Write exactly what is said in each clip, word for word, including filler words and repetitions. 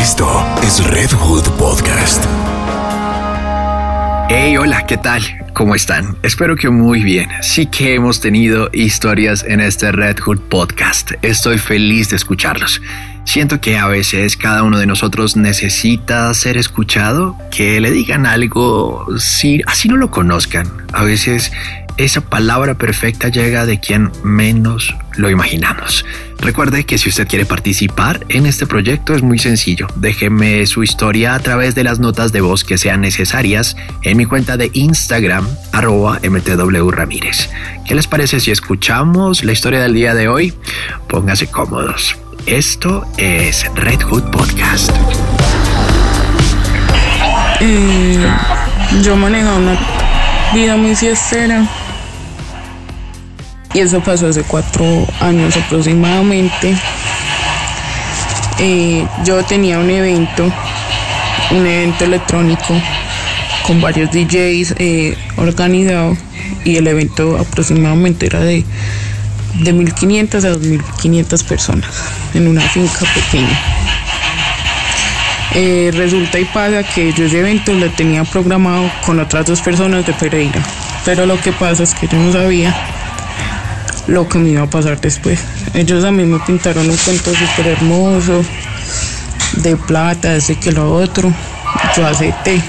Esto es Redwood Podcast. Hey, hola, ¿qué tal? ¿Cómo están? Espero que muy bien. Sí que hemos tenido historias en este Redwood Podcast. Estoy feliz de escucharlos. Siento que a veces cada uno de nosotros necesita ser escuchado, que le digan algo, si así no lo conozcan. A veces esa palabra perfecta llega de quien menos lo imaginamos. Recuerde que si usted quiere participar en este proyecto es muy sencillo. Déjeme su historia a través de las notas de voz que sean necesarias en mi cuenta de Instagram, arroba mtwramírez. ¿Qué les parece si escuchamos la historia del día de hoy? Pónganse cómodos. Esto es Redwood Podcast. Eh, yo manejaba una vida muy fiestera. Y eso pasó hace cuatro años aproximadamente. Eh, yo tenía un evento, un evento electrónico con varios D Js eh, organizado, y el evento aproximadamente era de, de mil quinientas a dos mil quinientas personas en una finca pequeña. Eh, resulta y pasa que yo ese evento lo tenía programado con otras dos personas de Pereira, pero lo que pasa es que yo no sabía lo que me iba a pasar después. Ellos a mí me pintaron un cuento súper hermoso de plata, ese que lo otro. Yo acepté.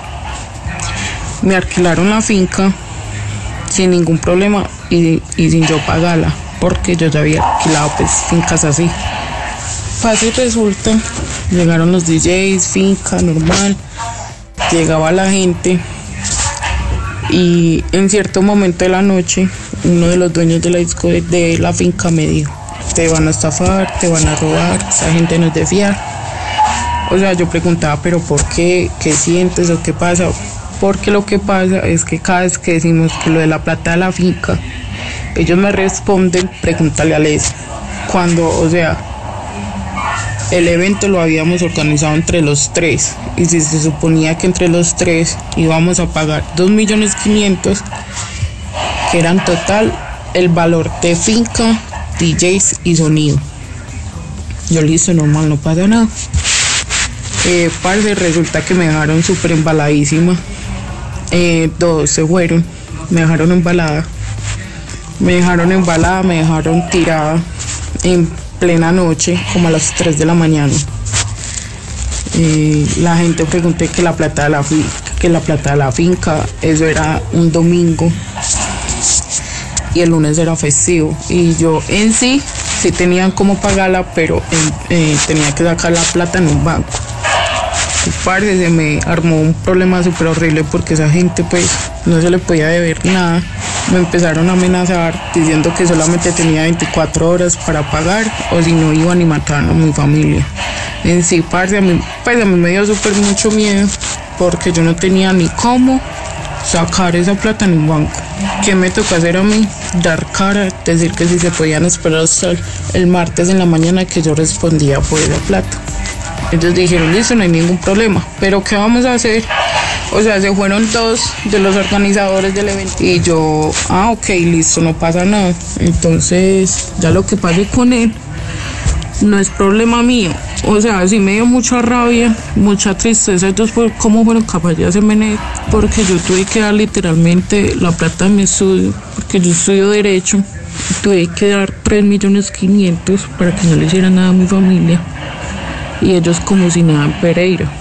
Me alquilaron la finca sin ningún problema y, y sin yo pagarla, porque yo ya había alquilado pues fincas así. Pasa y resulta, llegaron los D Js, finca normal, llegaba la gente, y en cierto momento de la noche uno de los dueños de la disco de la finca me dijo: te van a estafar, te van a robar, esa gente no es de fiar. O sea, yo preguntaba, pero ¿por qué? ¿Qué sientes o qué pasa? Porque lo que pasa es que cada vez que decimos que lo de la plata de la finca, ellos me responden: pregúntale a Les. Cuando, o sea, el evento lo habíamos organizado entre los tres, y si se suponía que entre los tres íbamos a pagar dos millones quinientos, que eran total el valor de finca, D Js y sonido. Yo listo, normal, no pasa nada. Eh, parce, resulta que me dejaron súper embaladísima. Eh, dos se fueron, me dejaron embalada. Me dejaron embalada, me dejaron tirada en plena noche, como a las tres de la mañana. Eh, la gente preguntó que la plata de la finca, que la plata de la finca, eso era un domingo y el lunes era festivo, y yo en sí sí tenían cómo pagarla, pero eh, tenía que sacar la plata en un banco. Y parce, se me armó un problema súper horrible, porque esa gente pues no se le podía deber nada. Me empezaron a amenazar diciendo que solamente tenía veinticuatro horas para pagar, o si no iban y mataron a mi familia. En sí, parce, a mí, pues a mí me dio súper mucho miedo, porque yo no tenía ni cómo sacar esa plata en un banco. ¿Qué me tocó hacer a mí? Dar cara, decir que si se podían esperar hasta el martes en la mañana que yo respondía por esa plata. Ellos dijeron: listo, no hay ningún problema, pero ¿qué vamos a hacer? O sea, se fueron dos de los organizadores del evento, y yo, ah, ok, listo, no pasa nada. Entonces, ya lo que pase con él no es problema mío. O sea, sí me dio mucha rabia, mucha tristeza. Entonces, por cómo fueron capaces de hacerme, porque yo tuve que dar literalmente la plata de mi estudio, porque yo estudio Derecho. Tuve que dar tres millones quinientos para que no le hiciera nada a mi familia, y ellos como si nada en Pereira.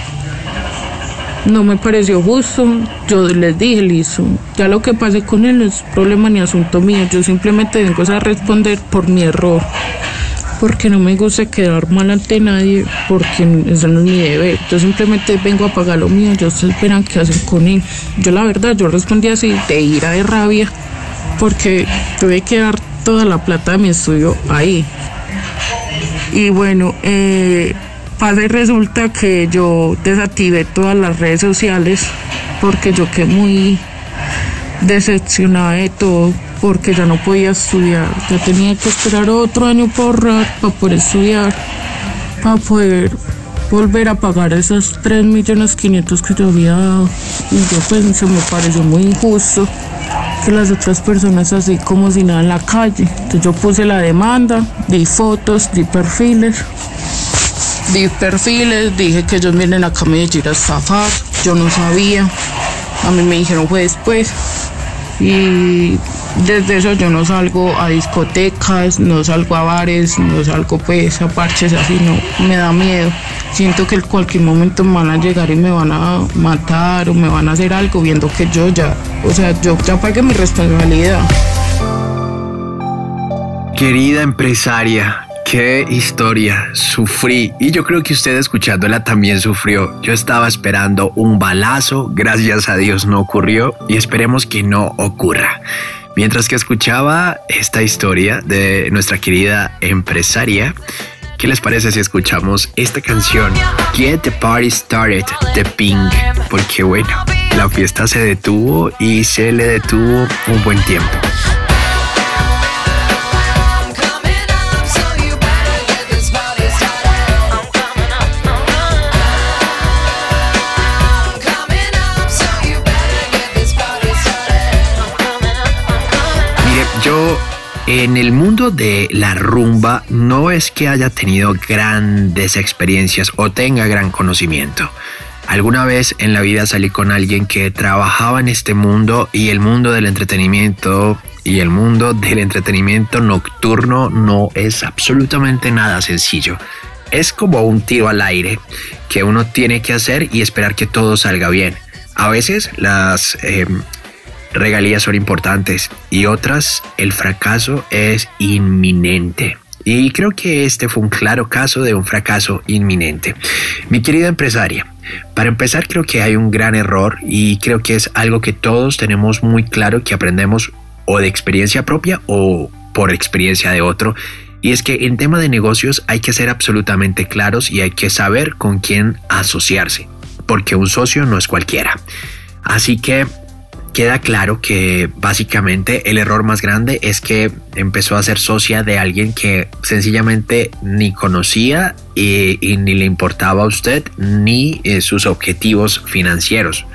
No me pareció justo. Yo les dije: listo, ya lo que pase con él no es problema ni asunto mío. Yo simplemente vengo a responder por mi error, porque no me gusta quedar mal ante nadie, porque eso no es mi deber. Yo simplemente vengo a pagar lo mío. Ellos esperan qué hacen con él. Yo la verdad, yo respondí así, de ira, de rabia, porque tuve que dar toda la plata de mi estudio ahí. Y bueno, eh... pasa y resulta que yo desactivé todas las redes sociales, porque yo quedé muy decepcionada de todo, porque ya no podía estudiar. Ya tenía que esperar otro año para ahorrar, para poder estudiar, para poder volver a pagar esos tres millones quinientos que yo había dado. Y yo pues se me pareció muy injusto que las otras personas así como si nada en la calle. Entonces yo puse la demanda, di fotos, di perfiles, vi perfiles, dije que ellos vienen acá a Medellín a estafar, yo no sabía, a mí me dijeron fue después. Y desde eso yo no salgo a discotecas, no salgo a bares, no salgo pues a parches así, no, me da miedo. Siento que en cualquier momento me van a llegar y me van a matar o me van a hacer algo viendo que yo ya, o sea, yo ya pagué mi responsabilidad. Querida empresaria, qué historia, sufrí y yo creo que usted escuchándola también sufrió. Yo estaba esperando un balazo, gracias a Dios no ocurrió y esperemos que no ocurra. Mientras que escuchaba esta historia de nuestra querida empresaria, ¿qué les parece si escuchamos esta canción, Get the Party Started, de Pink? Porque bueno, la fiesta se detuvo y se le detuvo un buen tiempo. Yo en el mundo de la rumba no es que haya tenido grandes experiencias o tenga gran conocimiento. Alguna vez en la vida salí con alguien que trabajaba en este mundo y el mundo del entretenimiento y el mundo del entretenimiento nocturno no es absolutamente nada sencillo. Es como un tiro al aire que uno tiene que hacer y esperar que todo salga bien. A veces las eh, regalías son importantes y otras el fracaso es inminente. Y creo que este fue un claro caso de un fracaso inminente. Mi querida empresaria, para empezar creo que hay un gran error y creo que es algo que todos tenemos muy claro que aprendemos o de experiencia propia o por experiencia de otro. Y es que en tema de negocios hay que ser absolutamente claros y hay que saber con quién asociarse, porque un socio no es cualquiera. Así que queda claro que básicamente el error más grande es que empezó a ser socia de alguien que sencillamente ni conocía y, y ni le importaba a usted ni eh, sus objetivos financieros.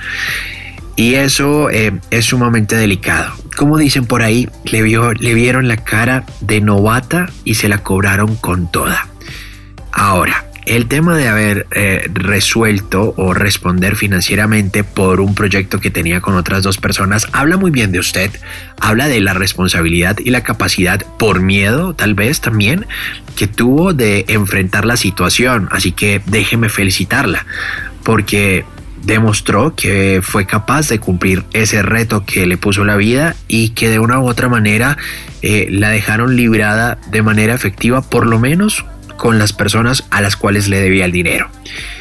Y eso eh, es sumamente delicado. Como dicen por ahí, le, vio, le vieron la cara de novata y se la cobraron con toda. Ahora, el tema de haber eh, resuelto o responder financieramente por un proyecto que tenía con otras dos personas habla muy bien de usted, habla de la responsabilidad y la capacidad, por miedo tal vez también, que tuvo de enfrentar la situación. Así que déjeme felicitarla, porque demostró que fue capaz de cumplir ese reto que le puso la vida y que de una u otra manera eh, la dejaron librada de manera efectiva, por lo menos con las personas a las cuales le debía el dinero.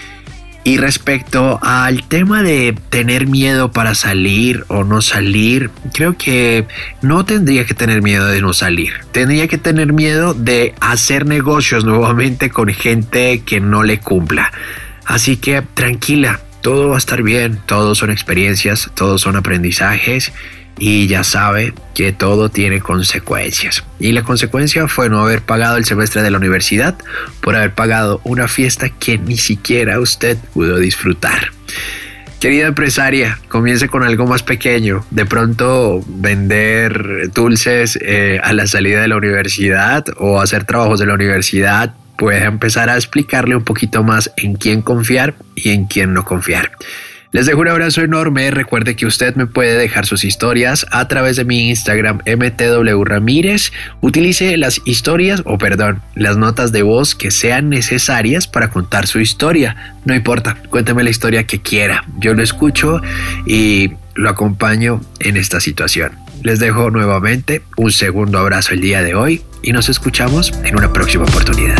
Y respecto al tema de tener miedo para salir o no salir, creo que no tendría que tener miedo de no salir. Tendría que tener miedo de hacer negocios nuevamente con gente que no le cumpla. Así que tranquila, todo va a estar bien, todos son experiencias, todos son aprendizajes. Y ya sabe que todo tiene consecuencias. Y la consecuencia fue no haber pagado el semestre de la universidad por haber pagado una fiesta que ni siquiera usted pudo disfrutar. Querida empresaria, comience con algo más pequeño. De pronto vender dulces eh, a la salida de la universidad o hacer trabajos de la universidad. Puede empezar a explicarle un poquito más en quién confiar y en quién no confiar. Les dejo un abrazo enorme. Recuerde que usted me puede dejar sus historias a través de mi Instagram M T W Ramírez. Utilice las historias o perdón, las notas de voz que sean necesarias para contar su historia. No importa, cuénteme la historia que quiera. Yo lo escucho y lo acompaño en esta situación. Les dejo nuevamente un segundo abrazo el día de hoy y nos escuchamos en una próxima oportunidad.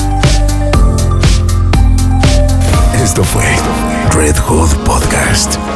Esto fue Red Hood Podcast.